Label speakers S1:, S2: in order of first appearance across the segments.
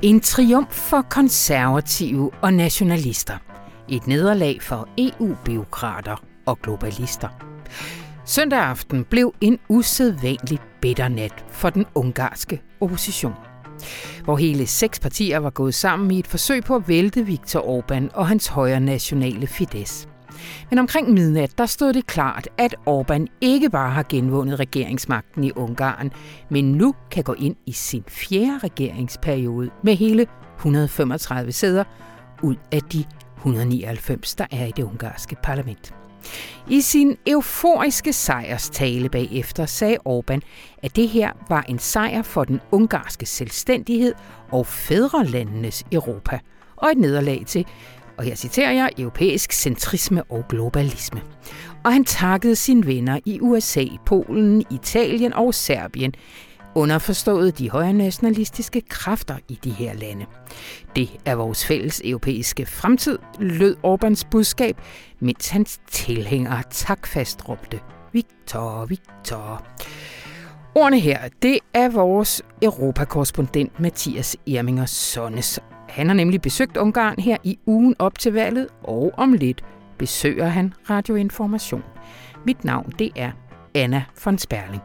S1: En triumf for konservative og nationalister. Et nederlag for EU-bureaukrater og globalister. Søndag aften blev en usædvanlig bitter nat for den ungarske opposition, hvor hele 6 partier var gået sammen i et forsøg på at vælte Viktor Orbán og hans højre nationale Fidesz. Men omkring midnat, der stod det klart, at Orbán ikke bare har genvundet regeringsmagten i Ungarn, men nu kan gå ind i sin 4. regeringsperiode med hele 135 sæder ud af de 199, der er i det ungarske parlament. I sin euforiske sejrstale bagefter sagde Orbán, at det her var en sejr for den ungarske selvstændighed og fædrelandenes Europa, og et nederlag til, og her citerer jeg, europæisk centrisme og globalisme. Og han takkede sine venner i USA, Polen, Italien og Serbien, underforstået de højre nationalistiske kræfter i de her lande. Det er vores fælles europæiske fremtid, lød Orbáns budskab, mens hans tilhængere takfast råbte, Viktor, Viktor. Ordene her, det er vores europakorrespondent Mathias Irminger Sonnes. Han har nemlig besøgt Ungarn her i ugen op til valget, og om lidt besøger han Radio Information. Mit navn, det er Anna von Sperling.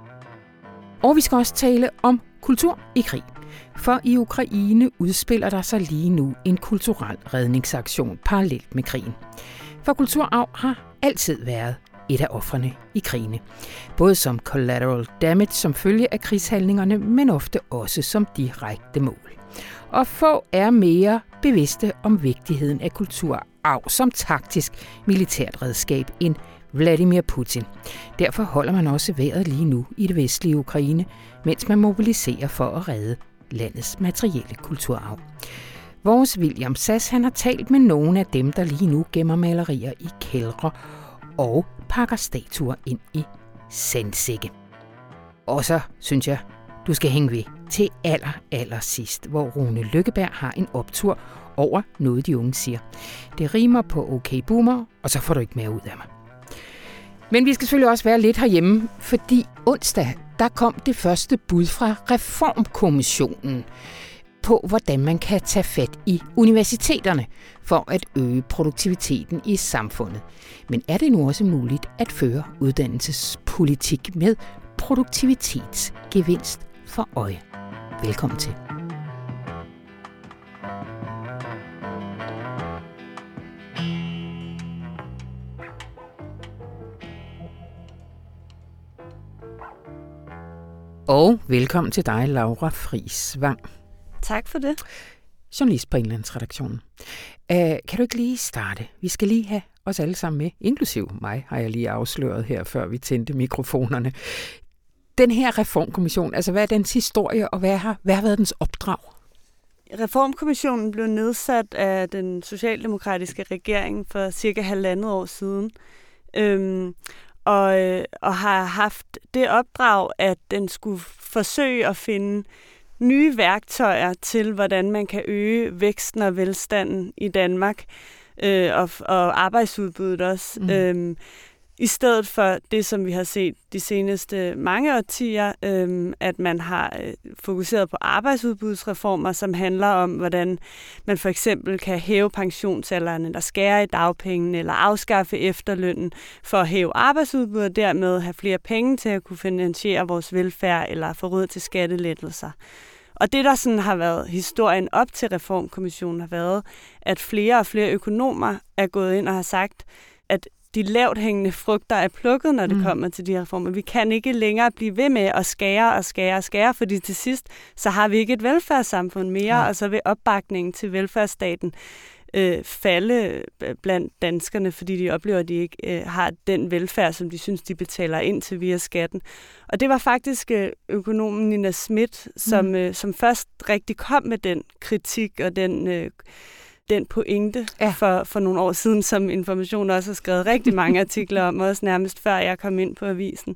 S1: Og vi skal også tale om kultur i krig. For i Ukraine udspiller der sig lige nu en kulturel redningsaktion parallelt med krigen. For kulturarv har altid været et af ofrene i krigene. Både som collateral damage som følge af krigshandlingerne, men ofte også som direkte mål. Og få er mere bevidste om vigtigheden af kulturarv som taktisk militært redskab end Vladimir Putin. Derfor holder man også vejret lige nu i det vestlige Ukraine, mens man mobiliserer for at redde landets materielle kulturarv. Vores William Sass, han har talt med nogle af dem, der lige nu gemmer malerier i kældre og pakker statuer ind i sandsække. Og så synes jeg, du skal hænge ved til aller sidst, hvor Rune Lykkeberg har en optur over noget, de unge siger. Det rimer på okay boomer, og så får du ikke mere ud af mig. Men vi skal selvfølgelig også være lidt herhjemme, fordi onsdag, der kom det første bud fra Reformkommissionen på, hvordan man kan tage fat i universiteterne for at øge produktiviteten i samfundet. Men er det nu også muligt at føre uddannelsespolitik med produktivitetsgevinst for øje? Velkommen til. Og velkommen til dig, Laura Friis Vang.
S2: Tak for det.
S1: Journalist på Indlandsredaktionen. Kan du ikke lige starte? Vi skal lige have os alle sammen med, inklusiv mig, har jeg lige afsløret her, før vi tændte mikrofonerne. Den her reformkommission, altså hvad er dens historie, og hvad har været dens opdrag?
S2: Reformkommissionen blev nedsat af den socialdemokratiske regering for cirka 1,5 år siden. Og har haft det opdrag, at den skulle forsøge at finde nye værktøjer til, hvordan man kan øge væksten og velstanden i Danmark, og arbejdsudbuddet også. I stedet for det, som vi har set de seneste mange årtier, at man har fokuseret på arbejdsudbudsreformer, som handler om, hvordan man for eksempel kan hæve pensionsalderen, eller skære i dagpengene, eller afskaffe efterlønnen for at hæve arbejdsudbuddet, og dermed have flere penge til at kunne finansiere vores velfærd, eller få råd til skattelettelser. Og det, der sådan har været historien op til Reformkommissionen, har været, at flere og flere økonomer er gået ind og har sagt, at de lavt hængende frugter er plukket, når det kommer til de her reformer. Vi kan ikke længere blive ved med at skære, fordi til sidst, så har vi ikke et velfærdssamfund mere, og så vil opbakningen til velfærdsstaten falde blandt danskerne, fordi de oplever, at de ikke har den velfærd, som de synes, de betaler ind til via skatten. Og det var faktisk økonomen Nina Smith, som først rigtig kom med den kritik og den pointe for nogle år siden, som Information også har skrevet rigtig mange artikler om, også nærmest før jeg kom ind på avisen.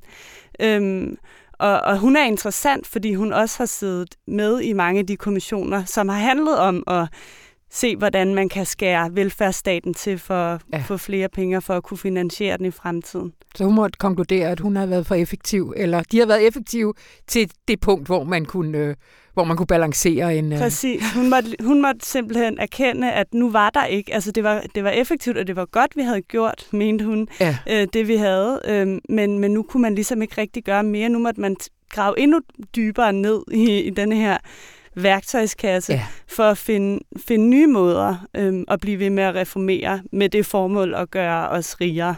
S2: Og hun er interessant, fordi hun også har siddet med i mange af de kommissioner, som har handlet om at se, hvordan man kan skære velfærdsstaten til for at få flere penge for at kunne finansiere den i fremtiden.
S1: Så hun måtte konkludere, at hun har været for effektiv, eller de har været effektive til det punkt, hvor man kunne hvor man kunne balancere en...
S2: Præcis. Hun måtte simpelthen erkende, at nu var der ikke... Altså, det var effektivt, og det var godt, vi havde gjort, mente hun, det vi havde. Men nu kunne man ligesom ikke rigtig gøre mere. Nu måtte man grave endnu dybere ned i denne her værktøjskasse for at finde nye måder at blive ved med at reformere med det formål at gøre os rigere.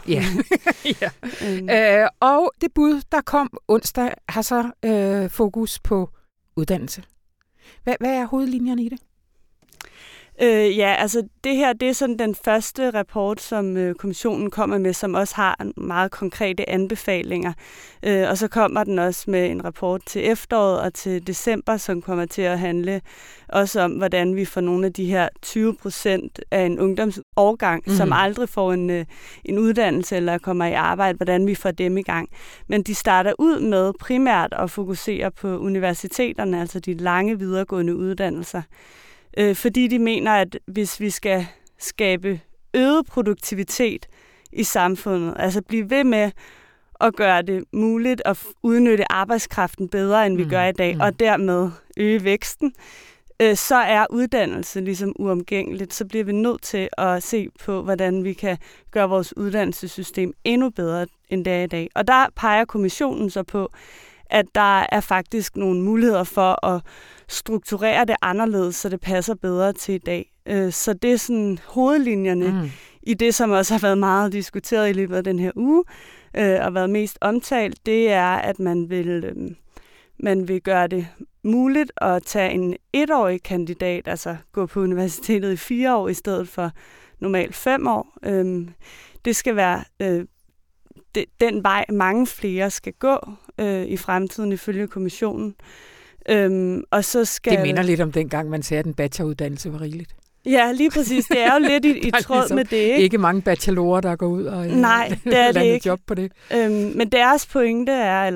S1: Og det bud, der kom onsdag, har så fokus på uddannelse. Hvad er hovedlinjerne i det?
S2: Altså det her, det er sådan den første rapport, som kommissionen kommer med, som også har meget konkrete anbefalinger. Og så kommer den også med en rapport til efteråret og til december, som kommer til at handle også om, hvordan vi får nogle af de her 20% af en ungdomsårgang, som aldrig får en uddannelse eller kommer i arbejde, hvordan vi får dem i gang. Men de starter ud med primært at fokusere på universiteterne, altså de lange videregående uddannelser. Fordi de mener, at hvis vi skal skabe øget produktivitet i samfundet, altså blive ved med at gøre det muligt at udnytte arbejdskraften bedre, end vi gør i dag, og dermed øge væksten, så er uddannelse ligesom uomgængeligt. Så bliver vi nødt til at se på, hvordan vi kan gøre vores uddannelsessystem endnu bedre, end det er i dag. Og der peger kommissionen så på, at der er faktisk nogle muligheder for at strukturere det anderledes, så det passer bedre til i dag. Så det er sådan hovedlinjerne i det, som også har været meget diskuteret i løbet af den her uge, og været mest omtalt, det er, at man vil gøre det muligt at tage en 1-årig kandidat, altså gå på universitetet i 4 år i stedet for normalt 5 år. Det skal være den vej, mange flere skal gå i fremtiden ifølge kommissionen. Og så skal... Det
S1: minder lidt om dengang, man sagde, at en bacheloruddannelse var rigeligt.
S2: Ja, lige præcis. Det er jo lidt i tråd ligesom med det.
S1: Ikke mange bachelorer, der går ud og lander et job på det.
S2: Men deres pointe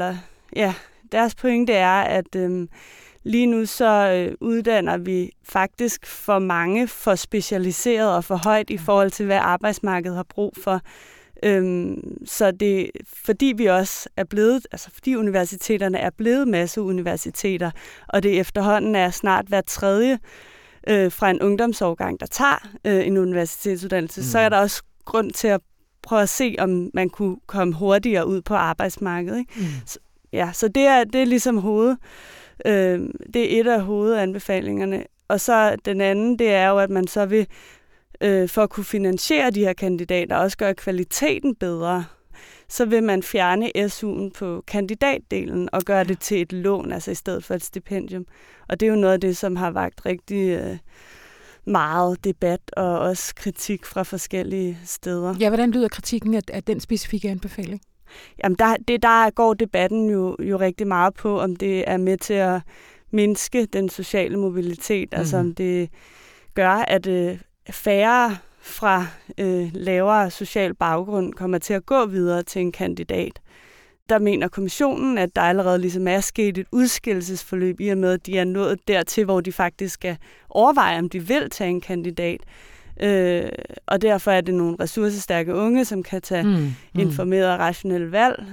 S2: er, at lige nu så uddanner vi faktisk for mange for specialiseret og for højt i forhold til, hvad arbejdsmarkedet har brug for. Så det, fordi vi også er blevet, altså fordi universiteterne er blevet masseuniversiteter, og det efterhånden er snart hver tredje fra en ungdomsårgang, der tager en universitetsuddannelse, så er der også grund til at prøve at se, om man kunne komme hurtigere ud på arbejdsmarkedet. Ikke? Så det er ligesom det er et af hovedanbefalingerne. Og så den anden, det er jo, at man så vil for at kunne finansiere de her kandidater og også gøre kvaliteten bedre, så vil man fjerne SU'en på kandidatdelen og gøre det til et lån, altså i stedet for et stipendium. Og det er jo noget af det, som har vakt rigtig meget debat og også kritik fra forskellige steder.
S1: Ja, hvordan lyder kritikken af den specifikke anbefaling?
S2: Jamen, der går debatten jo rigtig meget på, om det er med til at mindske den sociale mobilitet, altså om det gør, at færre fra lavere social baggrund kommer til at gå videre til en kandidat. Der mener kommissionen, at der allerede ligesom er sket et udskillelsesforløb i og med, at de er nået dertil, hvor de faktisk skal overveje, om de vil tage en kandidat. Og derfor er det nogle ressourcestærke unge, som kan tage informeret og rationelle valg,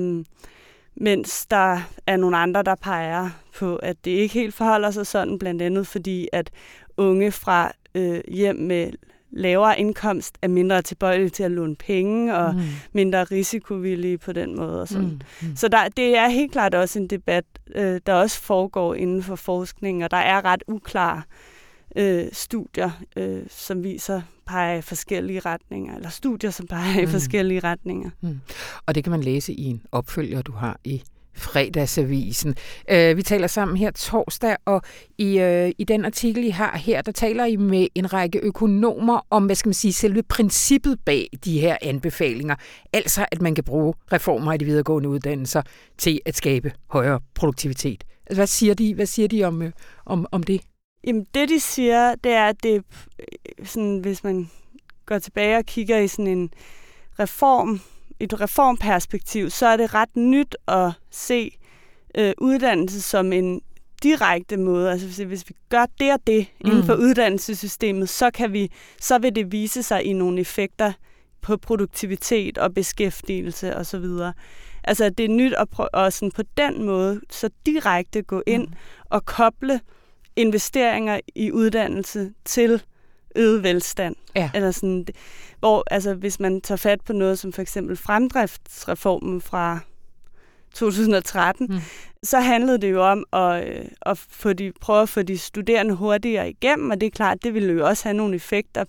S2: mens der er nogle andre, der peger på, at det ikke helt forholder sig sådan, blandt andet fordi, at unge fra hjem med lavere indkomst er mindre tilbøjelige til at låne penge og mindre risikovillige på den måde. Og sådan. Så det er helt klart også en debat, der også foregår inden for forskning, og der er ret uklare studier, som peger i forskellige retninger, eller studier, som peger i forskellige retninger.
S1: Og det kan man læse i en opfølger, du har i Fredagsavisen. Vi taler sammen her torsdag, og i den artikel, I har her, der taler I med en række økonomer om, hvad skal man sige, selve princippet bag de her anbefalinger. Altså, at man kan bruge reformer i de videregående uddannelser til at skabe højere produktivitet. Altså, hvad siger de om det?
S2: Jamen, det de siger, det er, at det sådan, hvis man går tilbage og kigger i sådan en et reformperspektiv, så er det ret nyt at se uddannelse som en direkte måde. Altså hvis vi gør det og det inden for uddannelsessystemet, så vil det vise sig i nogle effekter på produktivitet og beskæftigelse osv. Altså, det er nyt at sådan på den måde så direkte gå ind og koble investeringer i uddannelse til øget velstand.
S1: Ja.
S2: Eller sådan, hvor, altså, hvis man tager fat på noget som for eksempel fremdriftsreformen fra 2013, så handlede det jo om at prøve at få de studerende hurtigere igennem, og det er klart, det ville jo også have nogle effekter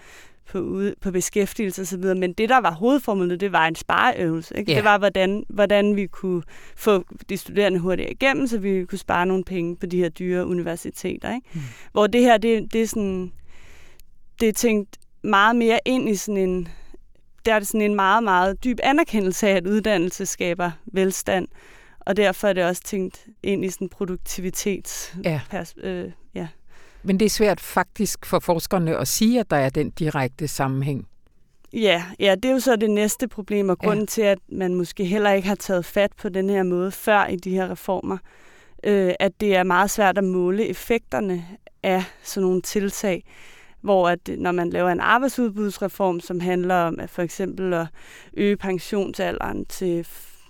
S2: på beskæftigelse og så videre, men det, der var hovedformålet, det var en spareøvelse. Ikke? Yeah. Det var, hvordan vi kunne få de studerende hurtigere igennem, så vi kunne spare nogle penge på de her dyre universiteter. Ikke? Hvor det her, det er sådan, det er tænkt meget mere ind i sådan en, der er det sådan en meget, meget dyb anerkendelse af, at uddannelse skaber velstand, og derfor er det også tænkt ind i sådan produktivitets... Ja.
S1: Men det er svært faktisk for forskerne at sige, at der er den direkte sammenhæng.
S2: Ja, det er jo så det næste problem, og grunden til, at man måske heller ikke har taget fat på den her måde før i de her reformer, at det er meget svært at måle effekterne af sådan nogle tiltag, hvor at, når man laver en arbejdsudbudsreform, som handler om at for eksempel at øge pensionsalderen til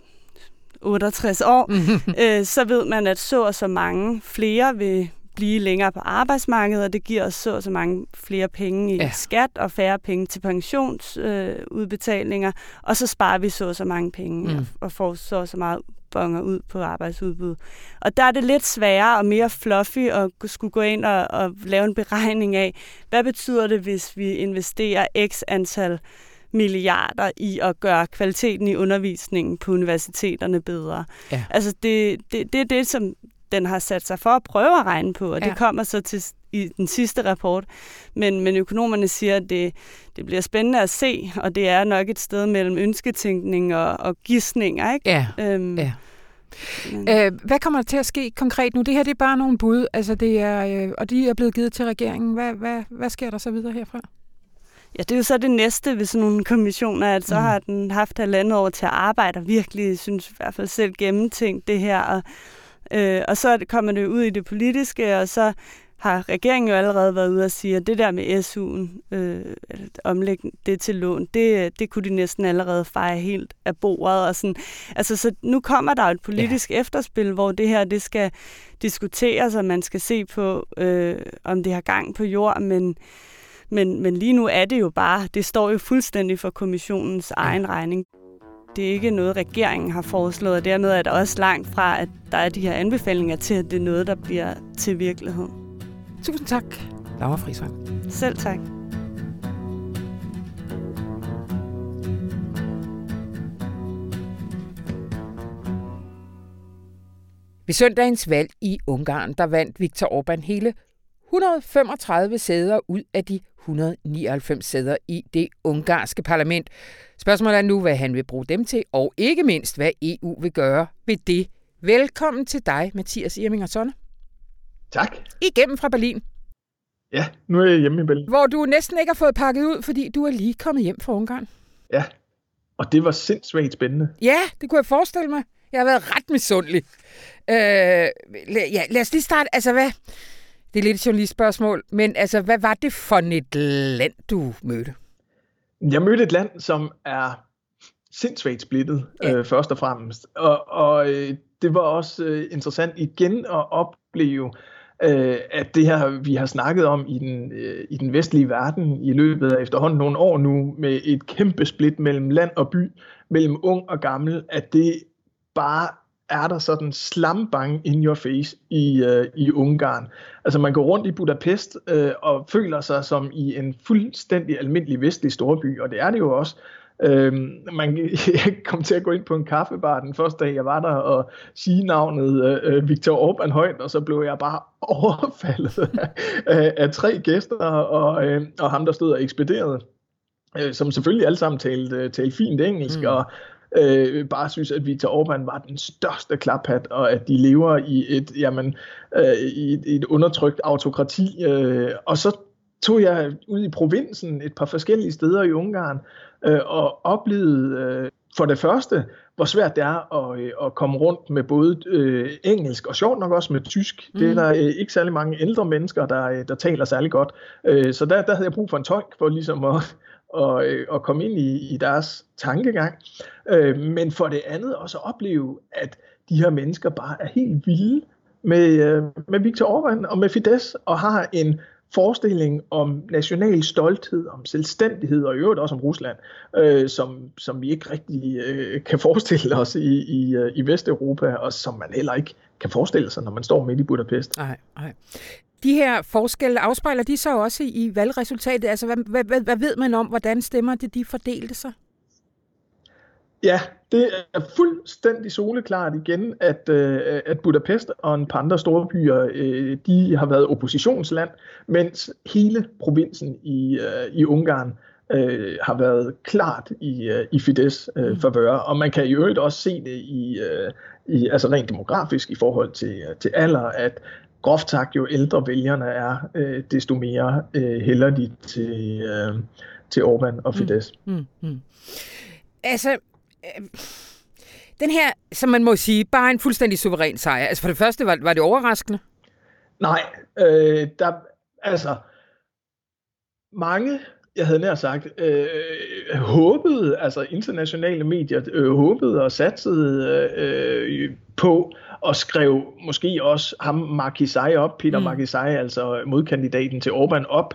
S2: 68 år, så ved man, at så og så mange flere vil blive længere på arbejdsmarkedet, og det giver os så og så mange flere penge i skat og færre penge til pensionsudbetalinger, og så sparer vi så og så mange penge og får så og så meget bonger ud på arbejdsudbud. Og der er det lidt sværere og mere fluffy at skulle gå ind og lave en beregning af, hvad betyder det, hvis vi investerer x antal milliarder i at gøre kvaliteten i undervisningen på universiteterne bedre. Ja. Altså det er det, som den har sat sig for at prøve at regne på, og det kommer så til i den sidste rapport. Men økonomerne siger, at det bliver spændende at se, og det er nok et sted mellem ønsketænkning og gidsninger, ikke?
S1: Ja, hvad kommer der til at ske konkret nu? Det her det er bare nogle bud, altså det er, og de er blevet givet til regeringen. Hvad sker der så videre herfra?
S2: Ja, det er jo så det næste ved sådan nogle kommissioner, at så har den haft 1,5 år til at arbejde, og virkelig, synes i hvert fald selv, gennemtænkt det her, og så kommer det ud i det politiske, og så har regeringen jo allerede været ude og sige, at det der med SU'en, omlægge det til lån, det kunne de næsten allerede feje helt af bordet. Og sådan. Altså, så nu kommer der et politisk efterspil, hvor det her det skal diskuteres, og man skal se på, om det har gang på jord, men lige nu er det jo bare, det står jo fuldstændig for kommissionens egen regning. Det er ikke noget, regeringen har foreslået, og dermed er det også langt fra, at der er de her anbefalinger til, at det er noget, der bliver til virkelighed.
S1: Tusind tak, Laura Friisvang.
S2: Selv tak.
S1: Ved søndagens valg i Ungarn, der vandt Viktor Orbán hele 135 sæder ud af de 199 sæder i det ungarske parlament. Spørgsmålet er nu, hvad han vil bruge dem til, og ikke mindst, hvad EU vil gøre ved det. Velkommen til dig, Mathias Irminger Sonne.
S3: Tak.
S1: Igennem fra Berlin.
S3: Ja, nu er jeg hjemme i Berlin.
S1: Hvor du næsten ikke har fået pakket ud, fordi du er lige kommet hjem fra Ungarn.
S3: Ja, og det var sindssygt spændende.
S1: Ja, det kunne jeg forestille mig. Jeg har været ret misundelig. Lad os lige starte. Altså, hvad... Det er lidt et journalistspørgsmål, men altså, hvad var det for et land, du mødte?
S3: Jeg mødte et land, som er sindssygt splittet, først og fremmest. Og det var også interessant igen at opleve, at det her, vi har snakket om i den vestlige verden i løbet af efterhånden nogle år nu, med et kæmpe split mellem land og by, mellem ung og gammel, at det bare er der sådan slambang in your face i Ungarn. Altså man går rundt i Budapest og føler sig som i en fuldstændig almindelig vestlig storby, og det er det jo også. Jeg kom til at gå ind på en kaffebar den første dag, jeg var der, og sige navnet Viktor Orbán højt, og så blev jeg bare overfaldet af 3 gæster, og ham, der stod og ekspederede, som selvfølgelig alle sammen talte fint engelsk, og bare synes, at Viktor Orbán var den største klaphat, og at de lever i et undertrykt autokrati. Og så tog jeg ud i provinsen et par forskellige steder i Ungarn, og oplevede for det første, hvor svært det er at komme rundt med både engelsk og sjovt nok også med tysk. Det er der ikke særlig mange ældre mennesker, der taler særlig godt. Så der havde jeg brug for en tolk for ligesom at komme ind i deres tankegang. Men for det andet også opleve, at de her mennesker bare er helt vilde med Viktor Orbán og med Fidesz, og har en forestilling om national stolthed, om selvstændighed og i øvrigt også om Rusland, som vi ikke rigtig kan forestille os i Vesteuropa, og som man heller ikke kan forestille sig, når man står midt i Budapest.
S1: Nej. De her forskelle afspejler de så også i valgresultatet? Altså, hvad ved man om, hvordan stemmer de fordelte sig?
S3: Ja, det er fuldstændig soleklart igen, at Budapest og en par andre store byer, de har været oppositionsland, mens hele provinsen i Ungarn har været klart i Fidesz favør. Og man kan i øvrigt også se det i altså rent demografisk i forhold til alder, at groft sagt, jo ældre vælgerne er, desto mere hælder de til Orbán og Fidesz.
S1: Altså, den her, som man må sige, bare en fuldstændig suveræn sejr. Altså for det første, var det overraskende?
S3: Nej, mange, jeg havde nær sagt, håbede, altså internationale medier, håbede og satsede på og skrev måske også ham Marki-Sai op, Peter Marki-Sai, altså modkandidaten til Orbán op,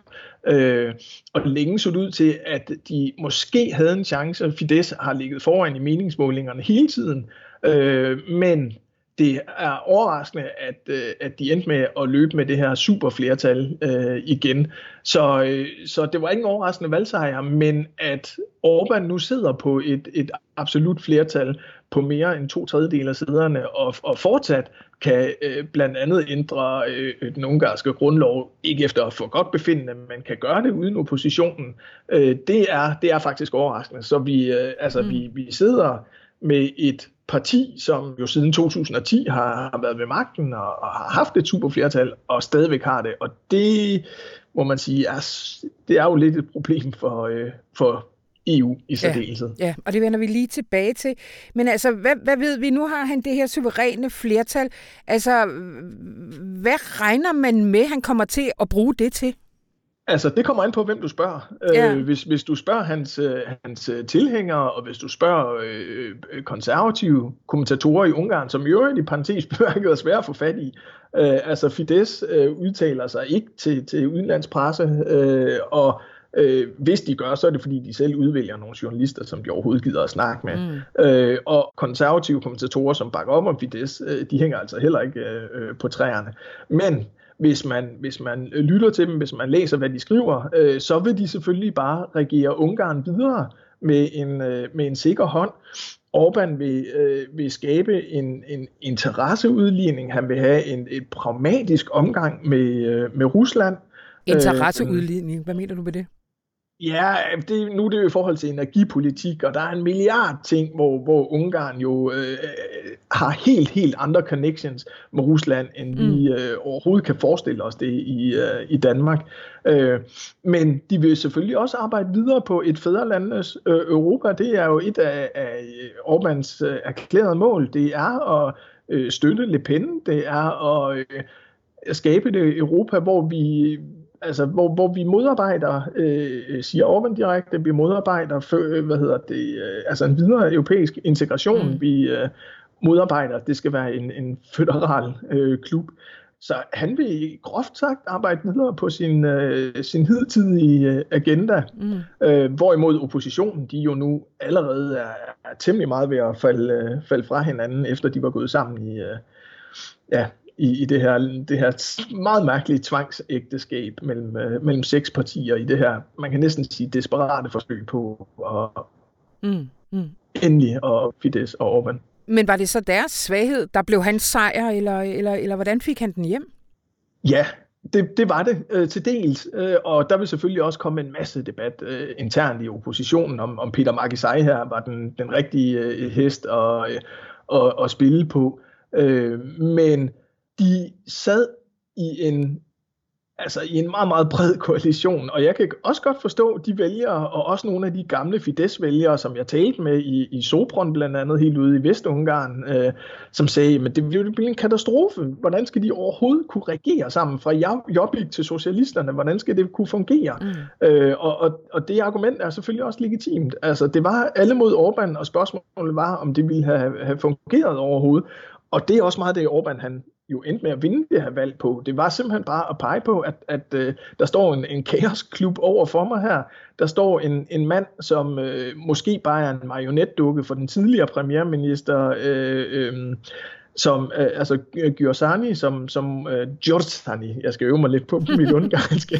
S3: og længe så det ud til, at de måske havde en chance. Fidesz har ligget foran i meningsmålingerne hele tiden, men det er overraskende, at de endte med at løbe med det her superflertal igen. Så det var ikke en overraskende valgsejr, men at Orbán nu sidder på et absolut flertal på mere end 2/3 af sæderne, og fortsat kan blandt andet ændre den ungarske grundlov, ikke efter for godt befindende, men kan gøre det uden oppositionen. Det er faktisk overraskende. Så vi sidder med et parti, som jo siden 2010 har været ved magten og har haft et superflertal og stadigvæk har det. Og det må man sige, det er jo lidt et problem for EU i særdeleshed.
S1: Ja, og det vender vi lige tilbage til. Men altså, hvad ved vi? Nu har han det her suveræne flertal. Altså, hvad regner man med, han kommer til at bruge det til?
S3: Altså, det kommer an på, hvem du spørger. Ja. Hvis du spørger hans tilhængere, og hvis du spørger konservative kommentatorer i Ungarn, som i øvrigt i parentes bemærket er svære at få fat i. Altså, Fidesz udtaler sig ikke til udenlandspresse, og hvis de gør, så er det fordi, de selv udvælger nogle journalister, som de overhovedet gider at snakke med. Og konservative kommentatorer, som bakker op om Fidesz, de hænger altså heller ikke på træerne. Men hvis man lytter til dem, hvis man læser, hvad de skriver, så vil de selvfølgelig bare regere Ungarn videre med en sikker hånd. Orbán vil skabe en interesseudligning. Han vil have et pragmatisk omgang med Rusland.
S1: Interesseudligning, hvad mener du med det?
S3: Ja, nu er det jo i forhold til energipolitik, og der er en milliard ting, hvor Ungarn jo har helt andre connections med Rusland, end vi overhovedet kan forestille os det i Danmark. Men de vil selvfølgelig også arbejde videre på et fædrelandenes Europa. Det er jo et af Orbáns erklærede mål. Det er at støtte Le Pen. Det er at skabe det Europa, hvor vi modarbejder, siger Orbán direkte, vi modarbejder en videre europæisk integration. Vi modarbejder, det skal være en føderal klub. Så han vil groft sagt arbejde videre på sin hidtidige agenda, hvorimod oppositionen, de jo nu allerede er temmelig meget ved at falde fra hinanden, efter de var gået sammen i det her meget mærkelige tvangsægteskab mellem 6 partier i det her, man kan næsten sige, desperate forsøg på endelig og Fidesz og Orbán.
S1: Men var det så deres svaghed, der blev hans sejr, eller hvordan fik han den hjem?
S3: Ja, det var det til dels, og der vil selvfølgelig også komme en masse debat internt i oppositionen, om Peter Marki-Sai her var den rigtige hest at spille på. Men de sad i altså i en meget, meget bred koalition, og jeg kan også godt forstå de vælgere, og også nogle af de gamle Fidesz-vælgere, som jeg talte med i Sopron blandt andet, helt ude i Vestungarn, som sagde, men det bliver en katastrofe. Hvordan skal de overhovedet kunne regere sammen fra Jobbik til socialisterne? Hvordan skal det kunne fungere? Og det argument er selvfølgelig også legitimt. Altså, det var alle mod Orbán, og spørgsmålet var, om det ville have fungeret overhovedet. Og det er også meget det, Orbán han jo endte med at vinde det her valg på. Det var simpelthen bare at pege på, at der står en kaosklub over for mig her. Der står en mand, som måske bare er en marionetdukke for den tidligere premierminister, altså Gyurcsány, Gyurcsány, jeg skal øve mig lidt på mit ungarske,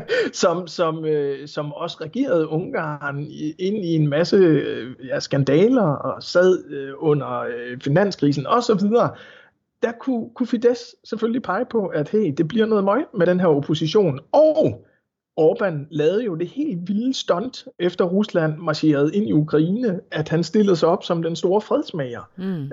S3: som også regerede Ungarn ind i en masse skandaler og sad under finanskrisen osv. Der kunne Fidesz selvfølgelig pege på, at hey, det bliver noget møg med den her opposition. Og Orbán lavede jo det helt vilde stunt, efter Rusland marcherede ind i Ukraine, at han stillede sig op som den store fredsmager.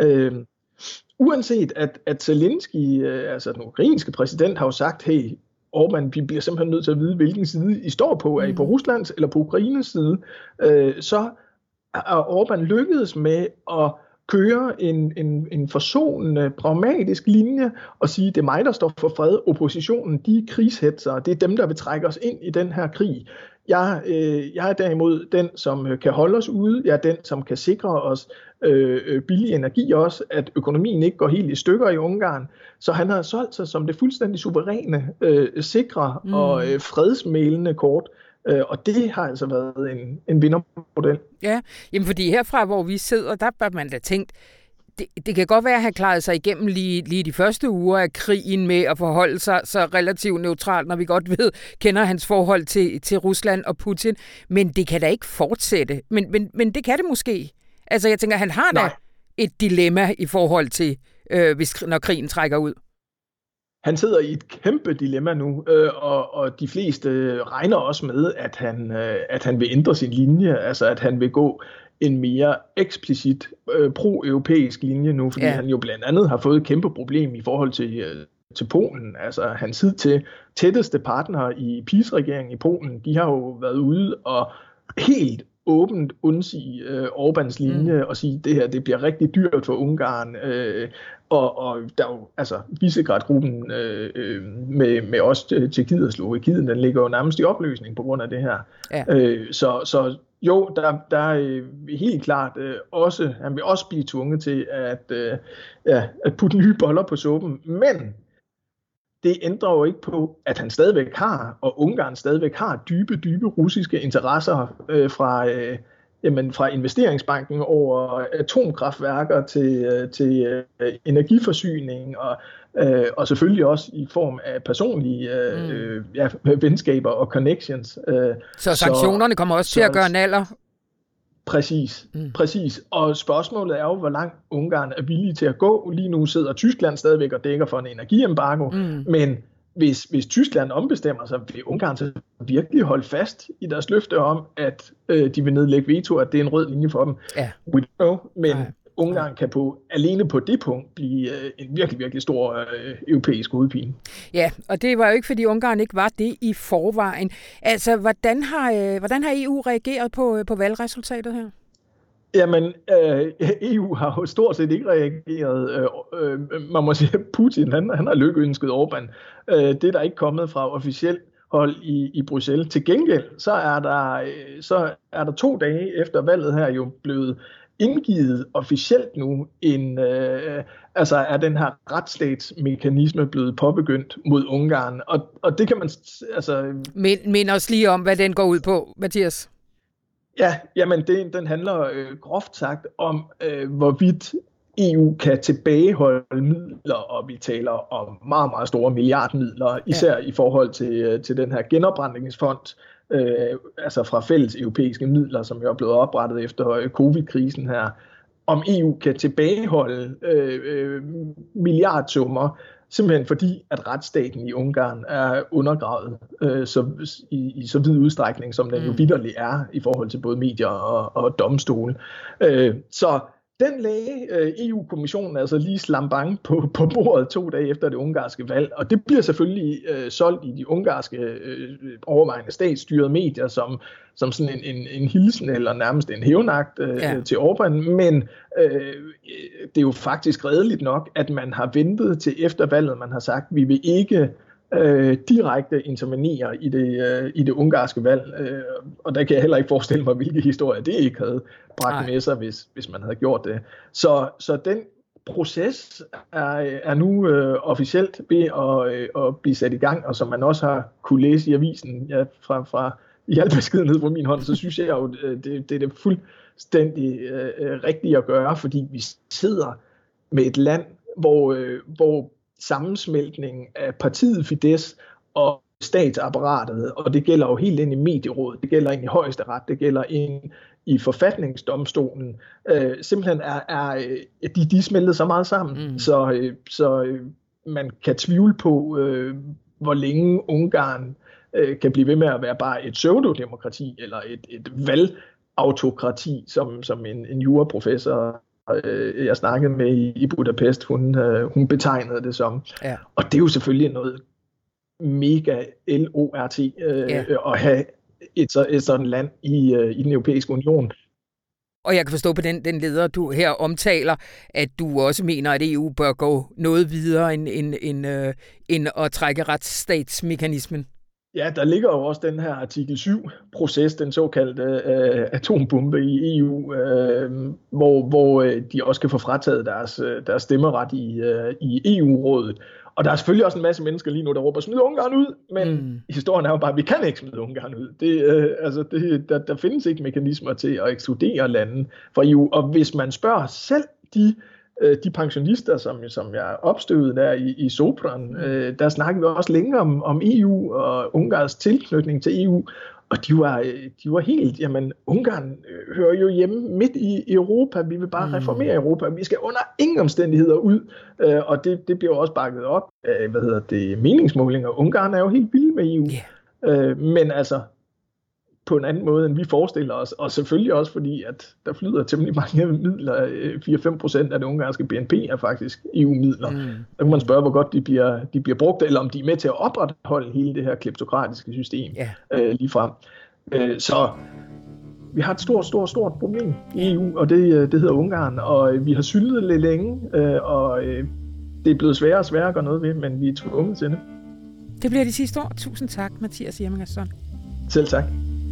S3: Uanset at Zelensky, altså den ukrainske præsident, har jo sagt, hey, Orbán, vi bliver simpelthen nødt til at vide, hvilken side I står på. Er I på Ruslands eller på Ukraines side? Så er Orbán lykkedes med at køre en forsonende, pragmatisk linje og sige, det er mig, der står for fred. Oppositionen, de er krigshetsere. Det er dem, der vil trække os ind i den her krig. Jeg er derimod den, som kan holde os ude. Jeg er den, som kan sikre os billig energi også, at økonomien ikke går helt i stykker i Ungarn. Så han har solgt sig som det fuldstændig suveræne, sikre og fredsmælende kort. Og det har altså været en vindermodel.
S1: Ja, jamen fordi herfra, hvor vi sidder, der bør man da tænkt, det kan godt være, at han klarede sig igennem lige de første uger af krigen med at forholde sig så relativt neutralt, når vi godt kender hans forhold til Rusland og Putin. Men det kan da ikke fortsætte. Men det kan det måske. Altså jeg tænker, han har da et dilemma i forhold til, når krigen trækker ud.
S3: Han sidder i et kæmpe dilemma nu, og de fleste regner også med, at han vil ændre sin linje, altså at han vil gå en mere eksplicit pro-europæisk linje nu, fordi han jo blandt andet har fået et kæmpe problem i forhold til Polen. Altså hans tætteste partner i PiS-regeringen i Polen, de har jo været ude og helt åbent undsige Orbáns linje og sige, at det her det bliver rigtig dyrt for Ungarn. Og der er jo, altså Visegrad-gruppen med også Tjekkiet og Slovakiet, den ligger jo nærmest i opløsning på grund af det her. Ja. Så jo, der er helt klart også, han vil også blive tvunget til at putte nye boller på suppen, men det ændrer jo ikke på, at han stadigvæk har, og Ungarn stadigvæk har dybe russiske interesser fra investeringsbanken over atomkraftværker til energiforsyning og selvfølgelig også i form af personlige venskaber og connections.
S1: Så sanktionerne kommer også til at gøre naller?
S3: Præcis. Og spørgsmålet er jo, hvor langt Ungarn er villige til at gå. Lige nu sidder Tyskland stadigvæk og dækker for en energiembargo, men hvis Tyskland ombestemmer sig, vil Ungarn så virkelig holde fast i deres løfte om, at de vil nedlægge veto, at det er en rød linje for dem. Ja. We don't know, men Ungarn kan alene på det punkt blive en virkelig, virkelig stor europæisk hovedpine. Ja,
S1: og det var jo ikke, fordi Ungarn ikke var det i forvejen. Altså, hvordan har EU reageret på valgresultatet her?
S3: Jamen, EU har jo stort set ikke reageret. Man må sige, at Putin han har lykkeønsket Orbán. Det er der ikke kommet fra officielt hold i Bruxelles. Til gengæld, så er der 2 dage efter valget her jo blevet indgivet officielt nu er den her retsstatsmekanisme blevet påbegyndt mod Ungarn. Og det kan man
S1: Mind os lige om, hvad den går ud på, Mathias.
S3: Ja, jamen den handler groft sagt om, hvorvidt EU kan tilbageholde midler, og vi taler om meget, meget store milliardmidler, især i forhold til den her genopretningsfond, fra fælles europæiske midler, som jo er blevet oprettet efter covid-krisen her. Om EU kan tilbageholde milliardsummer, simpelthen fordi, at retsstaten i Ungarn er undergravet i så vid udstrækning, som den jo vitterligt er i forhold til både medier og domstole. Så den lagde EU-kommissionen altså lige slam-bang på bordet 2 dage efter det ungarske valg, og det bliver selvfølgelig solgt i de ungarske overvejende statsstyrede medier som sådan en hilsen eller nærmest en hævnagt til Orbán, men det er jo faktisk redeligt nok, at man har ventet til efter valget, man har sagt, vi vil ikke direkte intervenere i det ungarske valg, og der kan jeg heller ikke forestille mig, hvilke historier det ikke havde bragt med sig, hvis man havde gjort det. Så den proces er nu officielt ved at blive sat i gang, og som man også har kunne læse i avisen fra i al beskedenhed på min hånd, så synes jeg jo, det er det fuldstændig rigtigt at gøre, fordi vi sidder med et land, hvor sammensmeltningen af partiet Fidesz og statsapparatet, og det gælder jo helt ind i medierådet, det gælder ind i højesteret, det gælder ind i forfatningsdomstolen, simpelthen de smeltet så meget sammen, så man kan tvivle på, hvor længe Ungarn kan blive ved med at være bare et pseudodemokrati, eller et valgautokrati, som en juraprofessor jeg snakkede med i Budapest, hun betegnede det som. Ja. Og det er jo selvfølgelig noget mega LORT at have et sådan land i den europæiske union.
S1: Og jeg kan forstå på den leder, du her omtaler, at du også mener, at EU bør gå noget videre end at trække retsstatsmekanismen. Ja,
S3: der ligger jo også den her artikel 7-proces, den såkaldte atombombe i EU, hvor de også kan få frataget deres stemmeret i EU-rådet. Og der er selvfølgelig også en masse mennesker lige nu, der råber, smid Ungarn ud, men historien er jo bare, at vi kan ikke smide Ungarn ud. Der findes ikke mekanismer til at ekskludere lande fra EU, og hvis man spørger selv de pensionister, som jeg opstøvede der i Sopron, der snakkede vi også længe om EU og Ungarns tilknytning til EU, og de var helt, jamen Ungarn hører jo hjemme midt i Europa, vi vil bare reformere Europa, vi skal under ingen omstændigheder ud, og det bliver også bakket op af, meningsmålinger. Ungarn er jo helt vilde med EU, men altså på en anden måde, end vi forestiller os, og selvfølgelig også fordi, at der flyder temmelig mange midler, 4-5% af det ungarske BNP er faktisk EU-midler. Der kan man spørge, hvor godt de bliver brugt, eller om de er med til at opretholde hele det her kleptokratiske system lige frem. Så vi har et stort problem i EU, og det hedder Ungarn, og vi har syltet lidt længe, og det er blevet sværere og sværere at gøre noget ved, men vi er tvunget til det.
S1: Det bliver de sidste år. Tusind tak, Mathias Irmingersson.
S3: Selv tak.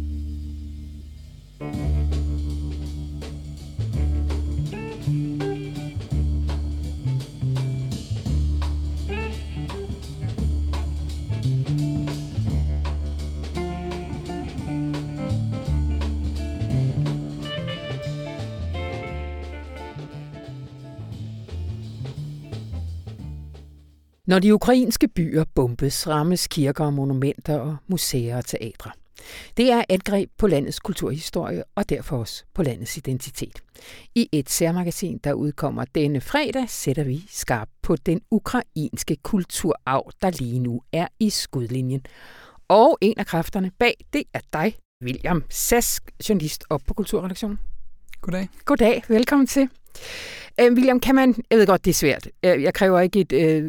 S1: Når de ukrainske byer bombes, rammes kirker og monumenter og museer og teatre. Det er angreb på landets kulturhistorie og derfor også på landets identitet. I et særmagasin, der udkommer denne fredag, sætter vi skarpt på den ukrainske kulturarv, der lige nu er i skudlinjen. Og en af kræfterne bag, det er dig, William Sask, journalist op på Kulturredaktionen.
S4: Goddag.
S1: Goddag, velkommen til. William, jeg ved godt, det er svært. Jeg kræver ikke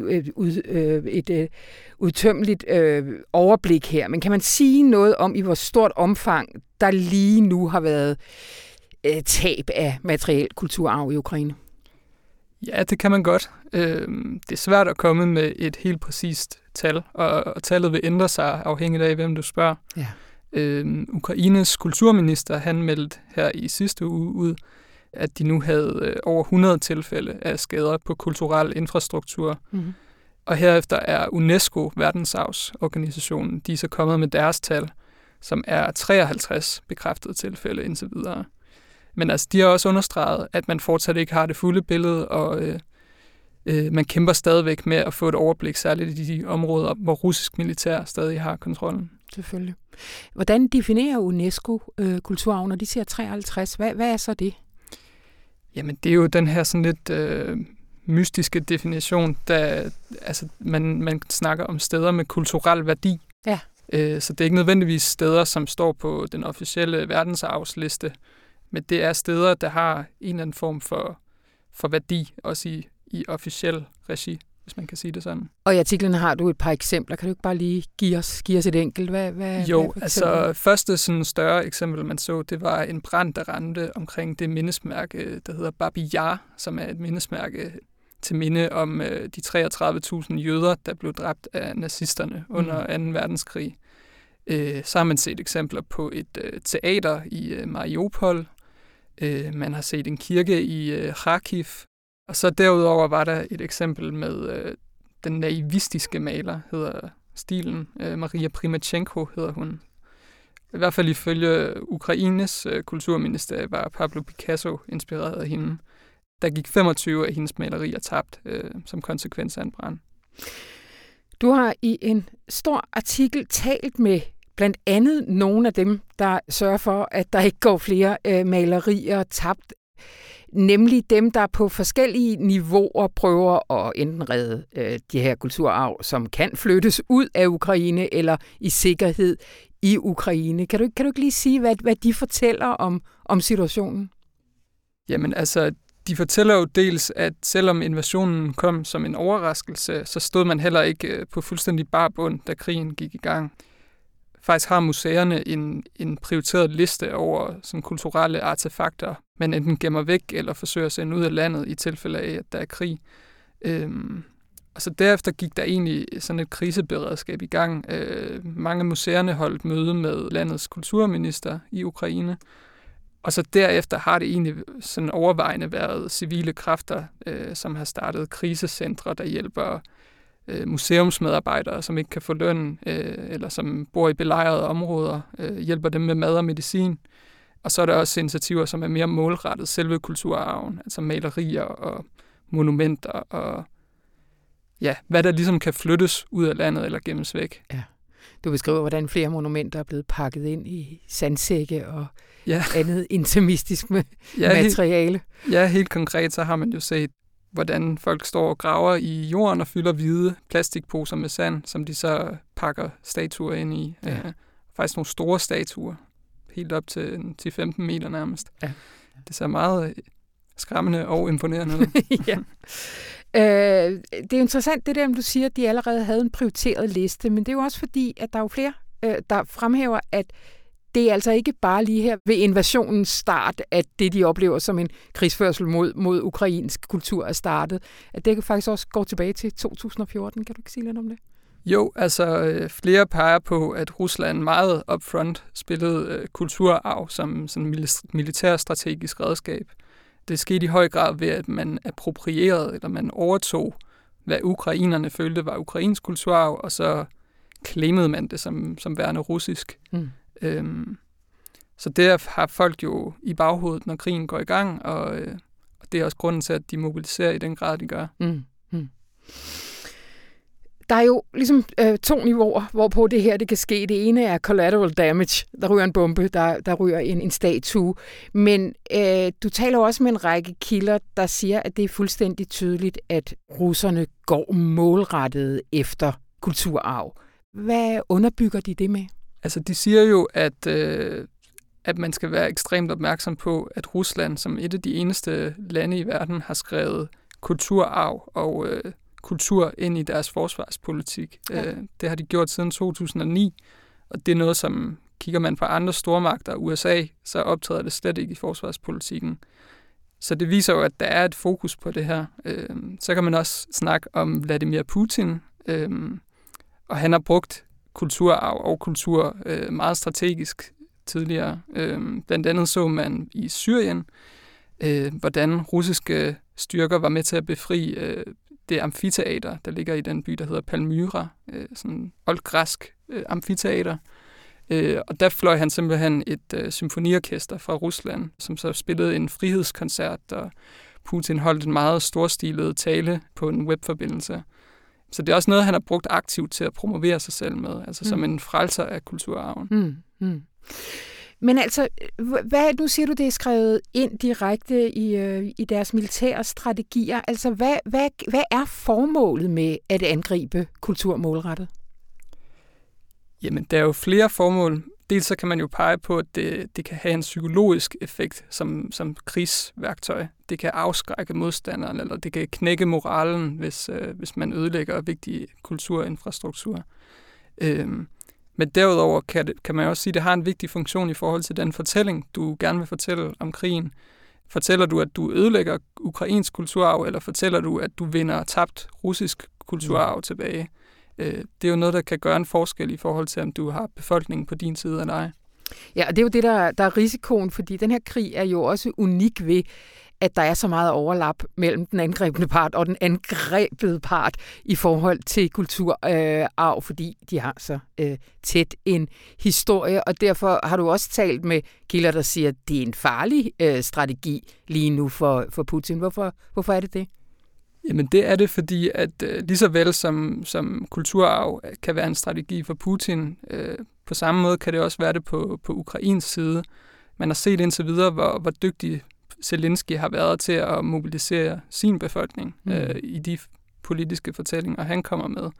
S1: et udtømmeligt overblik her, men kan man sige noget om, i hvor stort omfang, der lige nu har været tab af materiel kulturarv i Ukraine?
S4: Ja, det kan man godt. Det er svært at komme med et helt præcist tal, og tallet vil ændre sig afhængigt af, hvem du spørger. Ja. Ukraines kulturminister, han meldte her i sidste uge ud, at de nu havde over 100 tilfælde af skader på kulturel infrastruktur. Mm-hmm. Og herefter er UNESCO, verdensarvsorganisationen, de er så kommet med deres tal, som er 53 bekræftede tilfælde indtil videre. Men altså, de har også understreget, at man fortsat ikke har det fulde billede, og man kæmper stadigvæk med at få et overblik, særligt i de områder, hvor russisk militær stadig har kontrollen.
S1: Selvfølgelig. Hvordan definerer UNESCO kulturarven, når de siger 53? Hvad er så det?
S4: Jamen, det er jo den her sådan lidt mystiske definition, der altså, man snakker om steder med kulturel værdi. Ja. Så det er ikke nødvendigvis steder, som står på den officielle verdensarvsliste, men det er steder, der har en eller anden form for for værdi, også i officiel regi, hvis man kan sige det sådan.
S1: Og i artiklen har du et par eksempler. Kan du ikke bare lige give os et enkelt?
S4: Altså første sådan større eksempel, man så, det var en brand, der ramte omkring det mindesmærke, der hedder Babi Yar, som er et mindesmærke til minde om de 33.000 jøder, der blev dræbt af nazisterne under 2. verdenskrig. Så har man set eksempler på et teater i Mariupol. Man har set en kirke i Kharkiv. Og så derudover var der et eksempel med den naivistiske maler, hedder stilen. Maria Primachenko hedder hun. I hvert fald ifølge Ukraines kulturminister var Pablo Picasso inspireret af hende. Der gik 25 af hendes malerier tabt som konsekvens af en brand.
S1: Du har i en stor artikel talt med blandt andet nogle af dem, der sørger for, at der ikke går flere malerier tabt. Nemlig dem, der på forskellige niveauer prøver at enten redde de her kulturarv, som kan flyttes ud af Ukraine eller i sikkerhed i Ukraine. Kan du ikke lige sige, hvad de fortæller om situationen?
S4: Jamen altså, de fortæller jo dels, at selvom invasionen kom som en overraskelse, så stod man heller ikke på fuldstændig bar bund, da krigen gik i gang. Faktisk har museerne en prioriteret liste over sådan kulturelle artefakter, man enten gemmer væk eller forsøger at sende ud af landet i tilfælde af, at der er krig. Og så derefter gik der egentlig sådan et kriseberedskab i gang. Mange af museerne holdt møde med landets kulturminister i Ukraine. Og så derefter har det egentlig sådan overvejende været civile kræfter, som har startet krisecentre, der hjælper museumsmedarbejdere, som ikke kan få løn, eller som bor i belejrede områder, hjælper dem med mad og medicin. Og så er der også initiativer, som er mere målrettet selve kulturarven, altså malerier og monumenter, og ja, hvad der ligesom kan flyttes ud af landet eller gemmes væk.
S1: Ja. Du beskriver, hvordan flere monumenter er blevet pakket ind i sandsække og andet intimistisk materiale.
S4: Ja, helt konkret så har man jo set, hvordan folk står og graver i jorden og fylder hvide plastikposer med sand, som de så pakker statuer ind i. Ja. Faktisk nogle store statuer, helt op til 10-15 meter nærmest. Ja. Det ser meget skræmmende og imponerende ud.
S1: Ja. Det er interessant det der, om du siger, at de allerede havde en prioriteret liste, men det er jo også fordi, at der er jo flere, der fremhæver, at det er altså ikke bare lige her ved invasionens start, at det, de oplever som en krigsførsel mod ukrainsk kultur er startet. At det kan faktisk også gå tilbage til 2014. Kan du ikke sige lidt om det?
S4: Jo, altså flere peger på, at Rusland meget upfront spillede kulturarv som sådan militærstrategisk redskab. Det skete i høj grad ved, at man approprierede, eller man overtog, hvad ukrainerne følte var ukrainsk kulturarv, og så claimede man det som værende russisk. Så det har folk jo i baghovedet, når krigen går i gang, og det er også grunden til, at de mobiliserer i den grad, de gør.
S1: Der er jo ligesom 2 niveauer, hvorpå det her det kan ske. Det ene er collateral damage. Der ryger en bombe, der ryger en statue. Men du taler også med en række kilder, der siger, at det er fuldstændig tydeligt, at russerne går målrettet efter kulturarv. Hvad underbygger de det med?
S4: Altså, de siger jo, at man skal være ekstremt opmærksom på, at Rusland som et af de eneste lande i verden har skrevet kulturarv og kultur ind i deres forsvarspolitik. Ja. Det har de gjort siden 2009, og det er noget, som kigger man på andre stormagter, USA, så optræder det slet ikke i forsvarspolitikken. Så det viser jo, at der er et fokus på det her. Så kan man også snakke om Vladimir Putin, og han har brugt kulturarv og kultur meget strategisk tidligere. Blandt andet så man i Syrien, hvordan russiske styrker var med til at befri det amfiteater, der ligger i den by, der hedder Palmyra, sådan oldgræsk amfiteater. Og der fløj han simpelthen et symfoniorkester fra Rusland, som så spillede en frihedskoncert, og Putin holdt en meget storstilet tale på en webforbindelse. Så det er også noget, han har brugt aktivt til at promovere sig selv med, altså som en frelser af kulturarven.
S1: Men altså, nu siger du, det er skrevet ind direkte i deres militære strategier. Altså, hvad er formålet med at angribe kulturmålrettet?
S4: Jamen, der er jo flere formål. Dels så kan man jo pege på, at det kan have en psykologisk effekt som krigsværktøj. Det kan afskrække modstanderen, eller det kan knække moralen, hvis man ødelægger vigtig kulturinfrastruktur. Men derudover kan man også sige, at det har en vigtig funktion i forhold til den fortælling, du gerne vil fortælle om krigen. Fortæller du, at du ødelægger ukrainsk kulturarv, eller fortæller du, at du vinder tabt russisk kulturarv tilbage? Det er jo noget, der kan gøre en forskel i forhold til, om du har befolkningen på din side eller ej.
S1: Ja, og det er jo det, der er risikoen, fordi den her krig er jo også unik ved, at der er så meget overlap mellem den angrebne part og den angrebede part i forhold til kulturarv, fordi de har så tæt en historie, og derfor har du også talt med kilder, der siger, at det er en farlig strategi lige nu for Putin. Hvorfor er det det?
S4: Jamen det er det, fordi at lige så vel som kulturarv kan være en strategi for Putin, på samme måde kan det også være det på Ukrains side. Man har set indtil videre, hvor dygtig Zelensky har været til at mobilisere sin befolkning i de politiske fortællinger, han kommer med.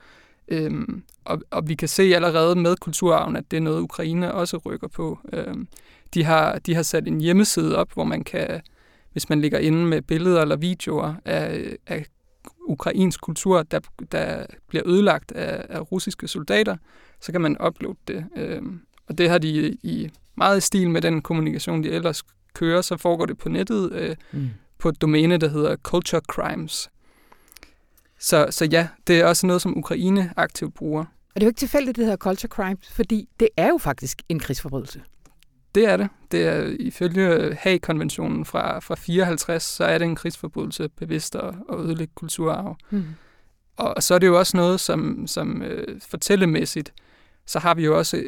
S4: Og vi kan se allerede med kulturarven, at det er noget, Ukraine også rykker på. De har sat en hjemmeside op, hvor man kan, hvis man ligger inde med billeder eller videoer af ukrainsk kultur, der bliver ødelagt af russiske soldater, så kan man uploade det. Og det har de i meget i stil med den kommunikation, de ellers kører, så foregår det på nettet på et domæne, der hedder Culture Crimes. Så ja, det er også noget, som Ukraine aktivt bruger.
S1: Og det er jo ikke tilfældigt, det hedder Culture Crimes, fordi det er jo faktisk en krigsforbrydelse.
S4: Det er det. Det er ifølge Haag-konventionen fra 54, så er det en krigsforbrydelse bevidst at ødelægge kulturarv. Og så er det jo også noget, som fortællemæssigt, så har vi jo også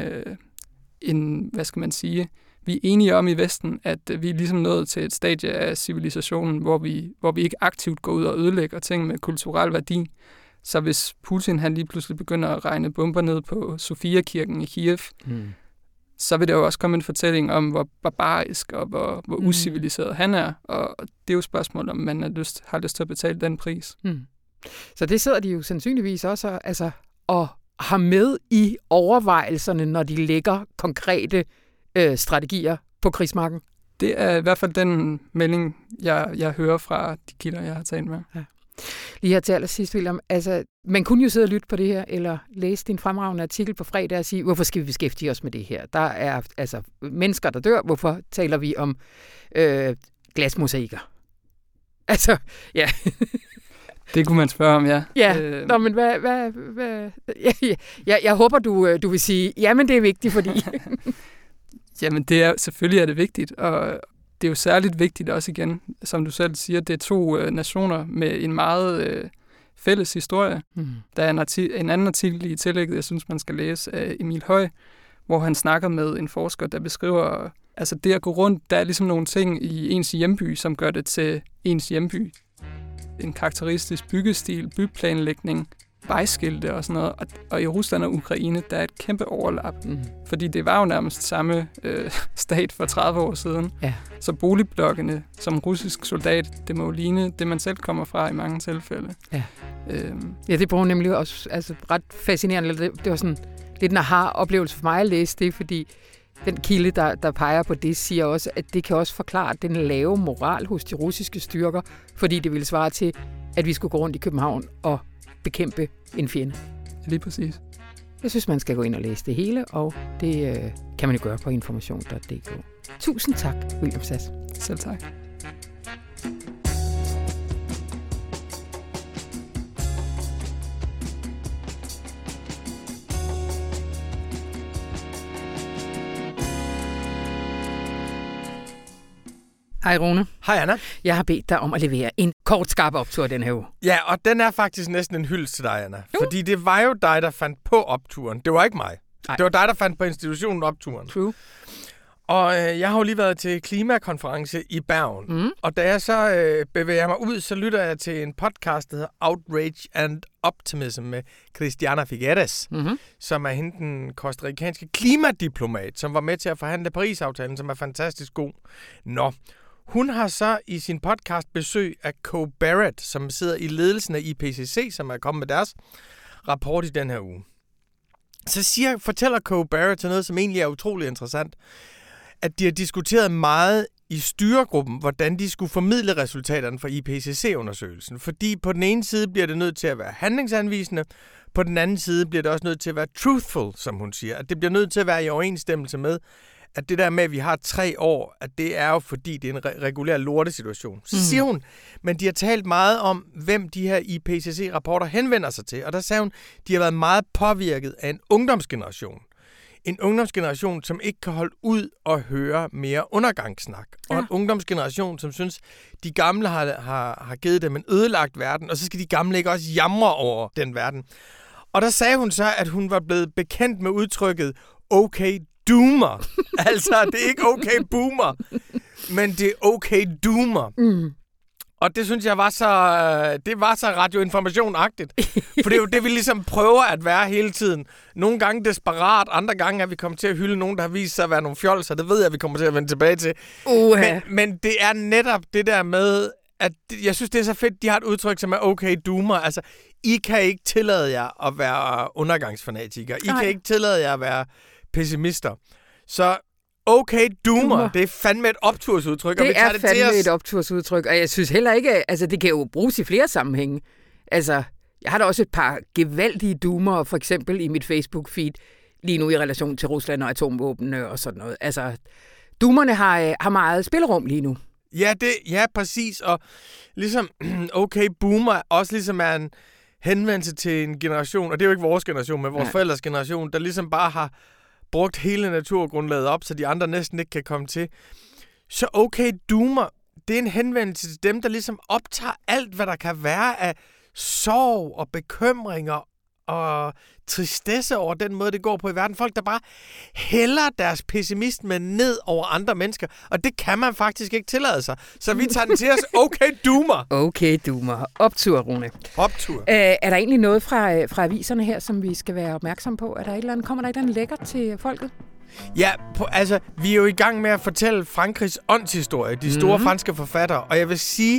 S4: en hvad skal man sige, vi er enige om i Vesten, at vi er ligesom nået til et stadie af civilisationen, hvor vi ikke aktivt går ud og ødelægger ting med kulturel værdi. Så hvis Putin han lige pludselig begynder at regne bomber ned på Sofia-kirken i Kiev, så vil der jo også komme en fortælling om, hvor barbarisk og hvor uciviliseret han er. Og det er jo et spørgsmål, om man har lyst til at betale den pris.
S1: Så det sidder de jo sandsynligvis også og har med i overvejelserne, når de lægger konkrete strategier på krigsmarken.
S4: Det er i hvert fald den melding, jeg hører fra de kilder, jeg har talt med. Ja.
S1: Lige her til allersidst, William. Altså, man kunne jo sidde og lytte på det her, eller læse din fremragende artikel på fredag og sige, hvorfor skal vi beskæftige os med det her? Der er altså mennesker, der dør. Hvorfor taler vi om glasmosaikker? Altså, ja.
S4: Det kunne man spørge om, ja.
S1: Ja, men hvad jeg håber, du vil sige, jamen det er vigtigt, fordi...
S4: Jamen, selvfølgelig er det vigtigt, og det er jo særligt vigtigt også igen, som du selv siger, det er to nationer med en meget fælles historie. Der er en anden artikel i tillægget, jeg synes, man skal læse, af Emil Høj, hvor han snakker med en forsker, der beskriver, altså det at gå rundt, der er ligesom nogle ting i ens hjemby, som gør det til ens hjemby. En karakteristisk byggestil, byplanlægning, vejskilte og sådan noget. Og i Rusland og Ukraine, der er et kæmpe overlap. Fordi det var jo nærmest samme stat for 30 år siden. Ja. Så boligblokkene som russisk soldat, det må jo ligne det, man selv kommer fra i mange tilfælde.
S1: Ja, ja det bruger nemlig også ret fascinerende. Det var sådan lidt en aha-oplevelse for mig at læse det, fordi den kilde, der peger på det, siger også, at det kan også forklare den lave moral hos de russiske styrker, fordi det ville svare til, at vi skulle gå rundt i København og bekæmpe en fjende.
S4: Lige præcis.
S1: Jeg synes, man skal gå ind og læse det hele, og det kan man jo gøre på information.dk. Tusind tak, William Sass.
S4: Selv tak.
S1: Hej Rune.
S5: Hej Anna.
S1: Jeg har bedt dig om at levere en kort skarp optur den her uge.
S5: Ja, og den er faktisk næsten en hyldest til dig, Anna. Fordi det var jo dig, der fandt på opturen. Det var ikke mig. Nej. Det var dig, der fandt på institutionen opturen.
S1: True.
S5: Og jeg har jo lige været til klimakonference i Bergen. Og da jeg så bevæger mig ud, så lytter jeg til en podcast, der hedder Outrage and Optimism med Christiana Figueres, som er hende den costaricanske klimadiplomat, som var med til at forhandle Paris-aftalen, som er fantastisk god. Nå, hun har så i sin podcast besøg af Co Barrett, som sidder i ledelsen af IPCC, som er kommet med deres rapport i den her uge. så fortæller Colbert til noget, som egentlig er utrolig interessant, at de har diskuteret meget i styregruppen, hvordan de skulle formidle resultaterne fra IPCC-undersøgelsen. Fordi på den ene side bliver det nødt til at være handlingsanvisende, på den anden side bliver det også nødt til at være truthful, som hun siger. At det bliver nødt til at være i overensstemmelse med, at det der med, at vi har 3 år, at det er jo fordi, det er en regulær lortesituation. Så siger hun, men de har talt meget om, hvem de her IPCC-rapporter henvender sig til. Og der sagde hun, de har været meget påvirket af en ungdomsgeneration. En ungdomsgeneration, som ikke kan holde ud og høre mere undergangssnak. Og en ungdomsgeneration, som synes, de gamle har givet dem en ødelagt verden, og så skal de gamle ikke også jamre over den verden. Og der sagde hun så, at hun var blevet bekendt med udtrykket okay doomer. Altså, det er ikke okay boomer, men det er okay doomer. Og det synes jeg var så radioinformation-agtigt. For det er jo det, vi ligesom prøver at være hele tiden. Nogle gange desperat, andre gange er vi kommet til at hylde nogen, der har vist sig at være nogle fjolser. Det ved jeg, vi kommer til at vende tilbage til. Men det er netop det der med, at jeg synes, det er så fedt, de har et udtryk, som er okay doomer. Altså, I kan ikke tillade jer at være undergangsfanatikere. I kan ikke tillade jer at være pessimister. Så okay doomer, det er fandme et optursudtryk, og vi tager det til os. Det er fandme et
S1: optursudtryk, og jeg synes heller ikke, altså det kan jo bruges i flere sammenhænge. Altså, jeg har da også et par gevaldige doomer, for eksempel i mit Facebook-feed, lige nu i relation til Rusland og atomvåbnene og sådan noget. Altså, doomerne har meget spillerum lige nu.
S5: Ja, præcis, og ligesom okay boomer også ligesom er en henvendelse til en generation, og det er jo ikke vores generation, men vores forældres generation, der ligesom bare har brugt hele naturgrundlaget op, så de andre næsten ikke kan komme til. Så okay doomer, det er en henvendelse til dem, der ligesom optager alt, hvad der kan være af sorg og bekymringer og tristesse over den måde, det går på i verden. Folk, der bare hælder deres pessimisme ned over andre mennesker, og det kan man faktisk ikke tillade sig. Så vi tager den til os. Okay doomer.
S1: Okay doomer. Optur, Rune.
S5: Optur.
S1: Er der egentlig noget fra aviserne her, som vi skal være opmærksom på? Kommer der et eller andet lækkert til folket?
S5: Ja, altså, vi er jo i gang med at fortælle Frankrigs åndshistorie, de store franske forfattere, og jeg vil sige,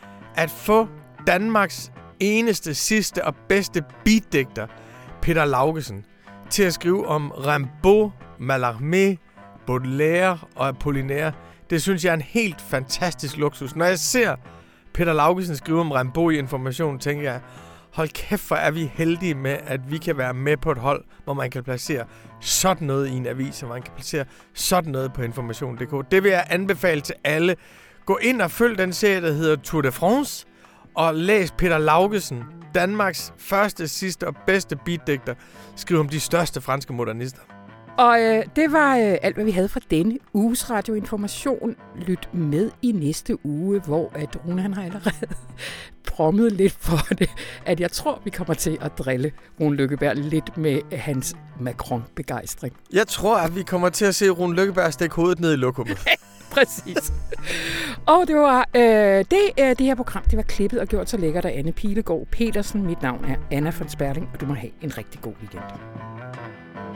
S5: at få Danmarks eneste, sidste og bedste beatdigter, Peter Laugesen, til at skrive om Rimbaud, Mallarmé, Baudelaire og Apollinaire. Det synes jeg er en helt fantastisk luksus. Når jeg ser Peter Laugesen skrive om Rimbaud i Information, tænker jeg, hold kæft, hvor er vi heldige med, at vi kan være med på et hold, hvor man kan placere sådan noget i en avis, og man kan placere sådan noget på Information.dk. Det vil jeg anbefale til alle. Gå ind og følg den serie, der hedder Tour de France, og læs Peter Laugesen, Danmarks første, sidste og bedste beatdigter, skrive om de største franske modernister.
S1: Og det var alt, hvad vi havde fra denne uges radioinformation. Lyt med i næste uge, hvor at Rune han har allerede prommet lidt for det, at jeg tror, vi kommer til at drille Rune Lykkeberg lidt med hans Macron-begejstring.
S5: Jeg tror, at vi kommer til at se Rune Lykkeberg stikke hovedet ned i lokummet.
S1: Præcis. Og det var det her program, det var klippet og gjort så lækkert af Anne Pilegaard Petersen. Mit navn er Anna von Sperling, og du må have en rigtig god weekend.